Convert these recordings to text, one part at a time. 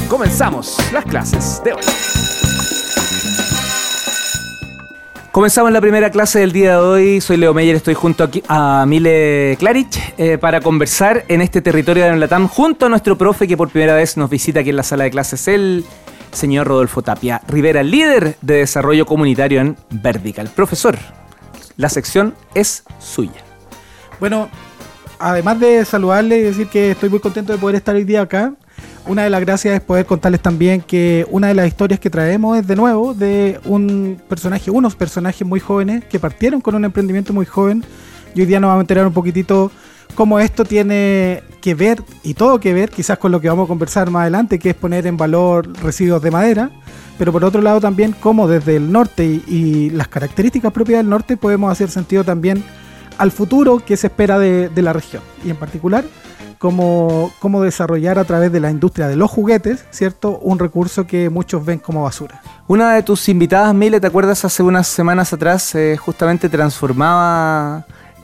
comenzamos las clases de hoy. Comenzamos la primera clase del día de hoy. Soy Leo Meyer, estoy junto aquí a Mile Klarich para conversar en este territorio de Latam junto a nuestro profe que por primera vez nos visita aquí en la sala de clases, el señor Rodolfo Tapia Rivera, líder de desarrollo comunitario en Vertical. Profesor, la sección es suya. Bueno, además de saludarle y decir que estoy muy contento de poder estar hoy día acá, una de las gracias es poder contarles también que una de las historias que traemos es de nuevo de unos personajes muy jóvenes que partieron con un emprendimiento muy joven y hoy día nos vamos a enterar un poquitito cómo esto tiene que ver y todo que ver quizás con lo que vamos a conversar más adelante, que es poner en valor residuos de madera, pero por otro lado también cómo desde el norte y las características propias del norte podemos hacer sentido también al futuro que se espera de la región y en particular cómo desarrollar a través de la industria de los juguetes, ¿cierto? Un recurso que muchos ven como basura. Una de tus invitadas, Mile, ¿te acuerdas? Hace unas semanas atrás justamente transformaba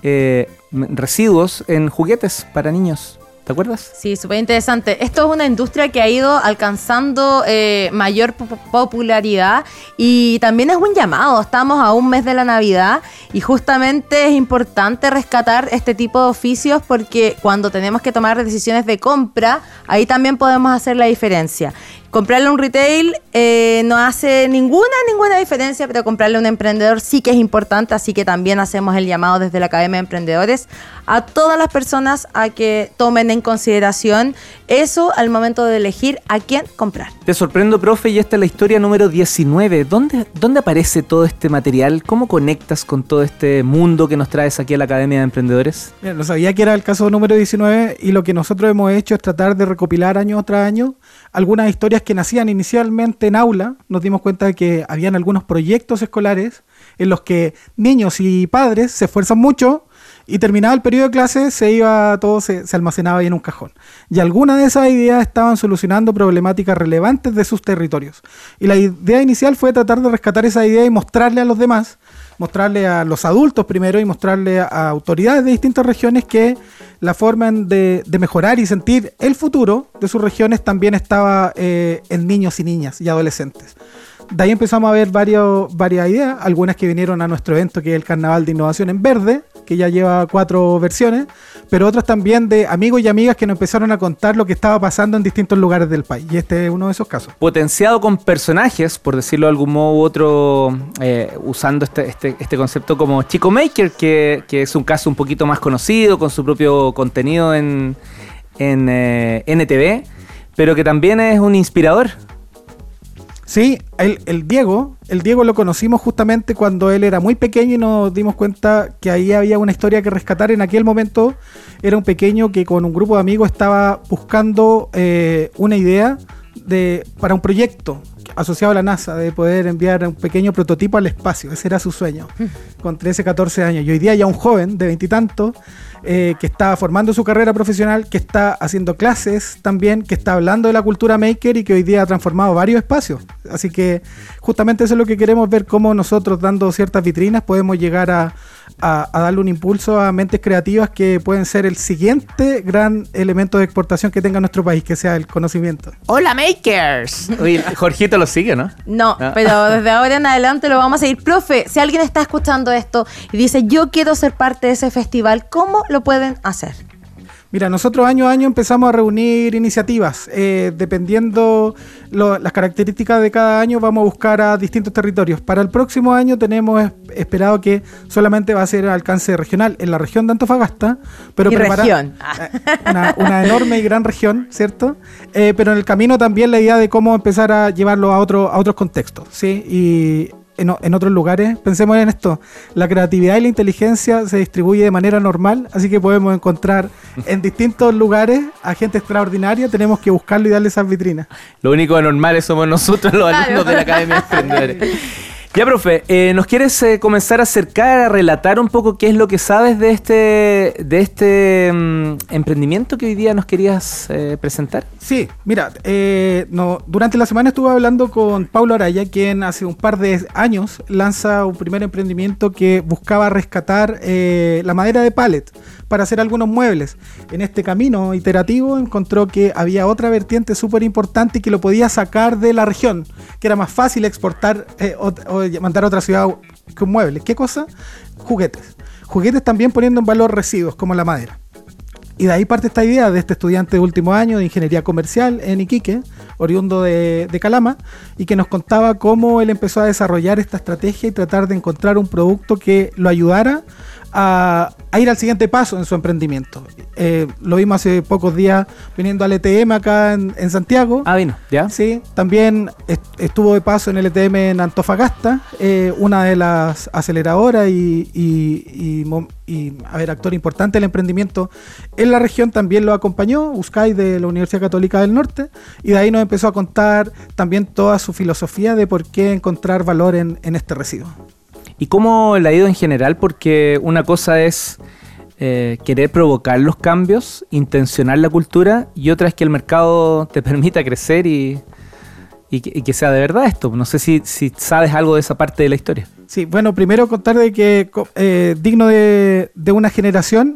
residuos en juguetes para niños. ¿Te acuerdas? Sí, súper interesante. Esto es una industria que ha ido alcanzando mayor popularidad y también es un llamado. Estamos a un mes de la Navidad y justamente es importante rescatar este tipo de oficios porque cuando tenemos que tomar decisiones de compra, ahí también podemos hacer la diferencia. Comprarle a un retail no hace ninguna diferencia, pero comprarle a un emprendedor sí que es importante, así que también hacemos el llamado desde la Academia de Emprendedores a todas las personas a que tomen en consideración eso al momento de elegir a quién comprar. Te sorprendo, profe, y esta es la historia número 19. ¿Dónde aparece todo este material? ¿Cómo conectas con todo este mundo que nos traes aquí a la Academia de Emprendedores? Mira, no sabía que era el caso número 19 y lo que nosotros hemos hecho es tratar de recopilar año tras año algunas historias que nacían inicialmente en aula. Nos dimos cuenta de que habían algunos proyectos escolares en los que niños y padres se esfuerzan mucho y terminado el periodo de clase se almacenaba ahí en un cajón. Y algunas de esas ideas estaban solucionando problemáticas relevantes de sus territorios. Y la idea inicial fue tratar de rescatar esa idea y mostrarle a los demás, mostrarle a los adultos primero y mostrarle a autoridades de distintas regiones que la forma de mejorar y sentir el futuro de sus regiones también estaba en niños y niñas y adolescentes. De ahí empezamos a ver varias ideas, algunas que vinieron a nuestro evento, que es el Carnaval de Innovación en Verde, que ya lleva 4 versiones, pero otras también de amigos y amigas que nos empezaron a contar lo que estaba pasando en distintos lugares del país, y este es uno de esos casos. Potenciado con personajes, por decirlo de algún modo u otro, usando este concepto como Chico Maker, que es un caso un poquito más conocido, con su propio contenido en NTV, pero que también es un inspirador. Sí, el Diego lo conocimos justamente cuando él era muy pequeño y nos dimos cuenta que ahí había una historia que rescatar. En aquel momento era un pequeño que con un grupo de amigos estaba buscando una idea para un proyecto asociado a la NASA, de poder enviar un pequeño prototipo al espacio. Ese era su sueño, con 13, 14 años. Y hoy día ya un joven de 20 y tantos que está formando su carrera profesional, que está haciendo clases también, que está hablando de la cultura maker y que hoy día ha transformado varios espacios. Así que justamente eso es lo que queremos ver, cómo nosotros, dando ciertas vitrinas, podemos llegar a darle un impulso a mentes creativas que pueden ser el siguiente gran elemento de exportación que tenga nuestro país, que sea el conocimiento. ¡Hola, makers! Oye, Jorgito lo sigue, ¿no? No, pero desde ahora en adelante lo vamos a seguir. Profe, si alguien está escuchando esto y dice, yo quiero ser parte de ese festival, ¿cómo lo pueden hacer? Mira, nosotros año a año empezamos a reunir iniciativas. Dependiendo las características de cada año, vamos a buscar a distintos territorios. Para el próximo año tenemos esperado que solamente va a ser alcance regional en la región de Antofagasta. Pero región. Una enorme y gran región, ¿cierto? Pero en el camino también la idea de cómo empezar a llevarlo a otros contextos, ¿sí? Y en otros lugares. Pensemos en esto: la creatividad y la inteligencia se distribuye de manera normal, así que podemos encontrar en distintos lugares a gente extraordinaria. Tenemos que buscarlo y darle esas vitrinas. Lo único anormales somos nosotros, los alumnos de la Academia de Emprendedores. Ya, profe, ¿nos quieres comenzar a acercar, a relatar un poco qué es lo que sabes de este emprendimiento que hoy día nos querías presentar? Sí, mira, durante la semana estuve hablando con Paulo Araya, quien hace un par de años lanza un primer emprendimiento que buscaba rescatar la madera de pallet para hacer algunos muebles. En este camino iterativo encontró que había otra vertiente súper importante y que lo podía sacar de la región, que era más fácil exportar o mandar a otra ciudad con muebles. ¿Qué cosa? Juguetes. Juguetes también poniendo en valor residuos como la madera. Y de ahí parte esta idea de este estudiante de último año de ingeniería comercial en Iquique, oriundo de Calama, y que nos contaba cómo él empezó a desarrollar esta estrategia y tratar de encontrar un producto que lo ayudara a ir al siguiente paso en su emprendimiento. Lo vimos hace pocos días viniendo al ETM acá en Santiago. Ah, vino, ¿ya? Sí, también estuvo de paso en el ETM en Antofagasta, una de las aceleradoras y actor importante del emprendimiento en la región también lo acompañó, Uzcay de la Universidad Católica del Norte, y de ahí nos empezó a contar también toda su filosofía de por qué encontrar valor en este residuo. ¿Y cómo le ha ido en general? Porque una cosa es querer provocar los cambios, intencionar la cultura, y otra es que el mercado te permita crecer y que sea de verdad esto. No sé si sabes algo de esa parte de la historia. Sí, bueno, primero contar de que digno de una generación,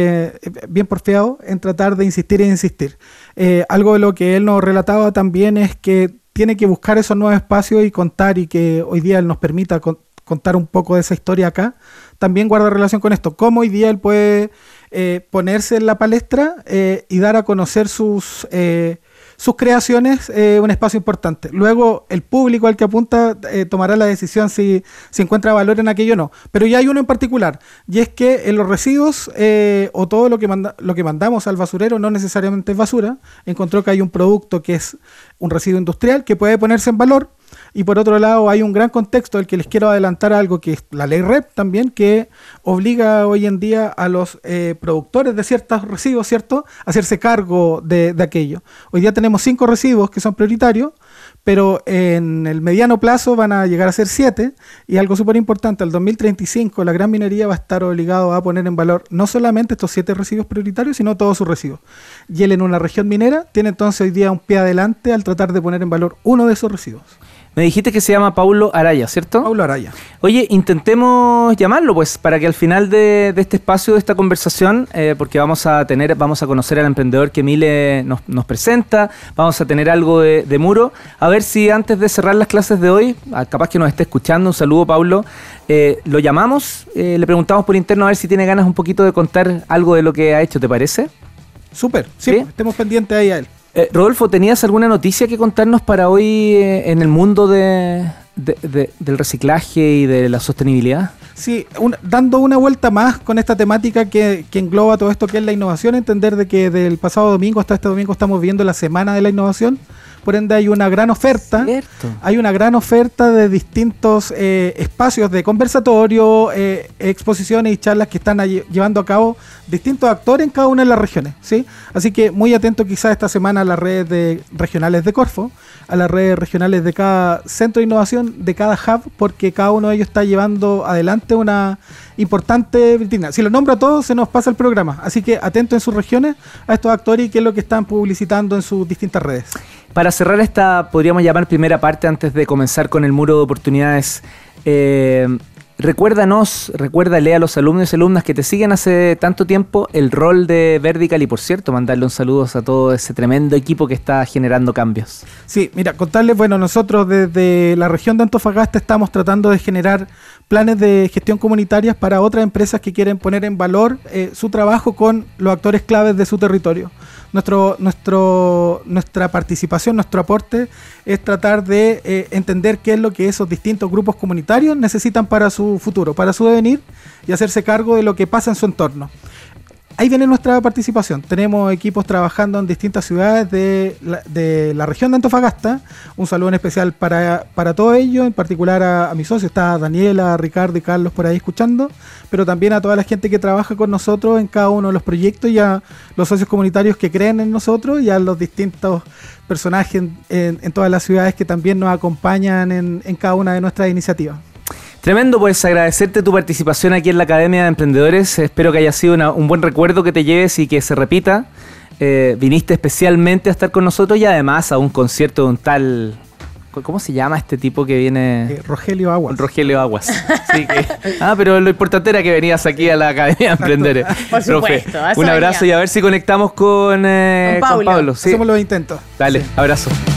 bien porfiado en tratar de insistir e insistir. Algo de lo que él nos relataba también es que tiene que buscar esos nuevos espacios y contar, y que hoy día él nos permita contar un poco de esa historia acá, también guarda relación con esto. Cómo hoy día él puede ponerse en la palestra y dar a conocer sus creaciones, un espacio importante. Luego el público al que apunta tomará la decisión si encuentra valor en aquello o no. Pero ya hay uno en particular, y es que en los residuos o todo lo que mandamos al basurero no necesariamente es basura. Encontró que hay un producto que es un residuo industrial que puede ponerse en valor. Y por otro lado hay un gran contexto del que les quiero adelantar algo, que es la ley REP también, que obliga hoy en día a los productores de ciertos residuos, ¿cierto?, a hacerse cargo de aquello. Hoy día tenemos 5 residuos que son prioritarios, pero en el mediano plazo van a llegar a ser 7, y algo súper importante, al 2035 la gran minería va a estar obligado a poner en valor no solamente estos 7 residuos prioritarios, sino todos sus residuos. Y él en una región minera tiene entonces hoy día un pie adelante al tratar de poner en valor uno de esos residuos. Me dijiste que se llama Paulo Araya, ¿cierto? Paulo Araya. Oye, intentemos llamarlo, pues, para que al final de este espacio, de esta conversación, porque vamos a conocer al emprendedor que Mile nos presenta, vamos a tener algo de muro, a ver si antes de cerrar las clases de hoy, capaz que nos esté escuchando, un saludo, Paulo, lo llamamos, le preguntamos por interno a ver si tiene ganas un poquito de contar algo de lo que ha hecho, ¿te parece? Súper, sí, estemos pendientes ahí a él. Rodolfo, ¿tenías alguna noticia que contarnos para hoy en el mundo del reciclaje y de la sostenibilidad? Sí, dando una vuelta más con esta temática que engloba todo esto que es la innovación, entender de que del pasado domingo hasta este domingo estamos viviendo la Semana de la Innovación. Por ende hay una gran oferta. Cierto. Hay una gran oferta de distintos espacios de conversatorio, exposiciones y charlas que están llevando a cabo distintos actores en cada una de las regiones, ¿sí? Así que muy atento quizás esta semana a las redes regionales de Corfo, a las redes regionales de cada centro de innovación, de cada hub, porque cada uno de ellos está llevando adelante una importante vitrina. Si los nombro a todos, se nos pasa el programa. Así que atento en sus regiones a estos actores y qué es lo que están publicitando en sus distintas redes. Para cerrar esta, podríamos llamar primera parte antes de comenzar con el muro de oportunidades. Recuérdale a los alumnos y alumnas que te siguen hace tanto tiempo el rol de Vertical, y por cierto, mandarle un saludo a todo ese tremendo equipo que está generando cambios. Sí, mira, contarles, bueno, nosotros desde la región de Antofagasta estamos tratando de generar planes de gestión comunitarias para otras empresas que quieren poner en valor su trabajo con los actores claves de su territorio. Nuestra participación, nuestro aporte es tratar de entender qué es lo que esos distintos grupos comunitarios necesitan para su futuro, para su devenir, y hacerse cargo de lo que pasa en su entorno. Ahí viene nuestra participación. Tenemos equipos trabajando en distintas ciudades de la región de Antofagasta. Un saludo en especial para todo ello, en particular a mi socio, está Daniela, Ricardo y Carlos por ahí escuchando, pero también a toda la gente que trabaja con nosotros en cada uno de los proyectos, y a los socios comunitarios que creen en nosotros, y a los distintos personajes en todas las ciudades que también nos acompañan en cada una de nuestras iniciativas. Tremendo, pues agradecerte tu participación aquí en la Academia de Emprendedores. Espero que haya sido un buen recuerdo que te lleves y que se repita. Viniste especialmente a estar con nosotros y además a un concierto de un tal ¿Cómo se llama este tipo que viene? Rogelio Aguas. Rogelio Aguas. Sí, pero lo importante era que venías aquí a la Academia de Emprendedores. Por supuesto. Un abrazo y a ver si conectamos con Pablo. Sí. Hacemos los intentos. Dale, sí. Abrazo.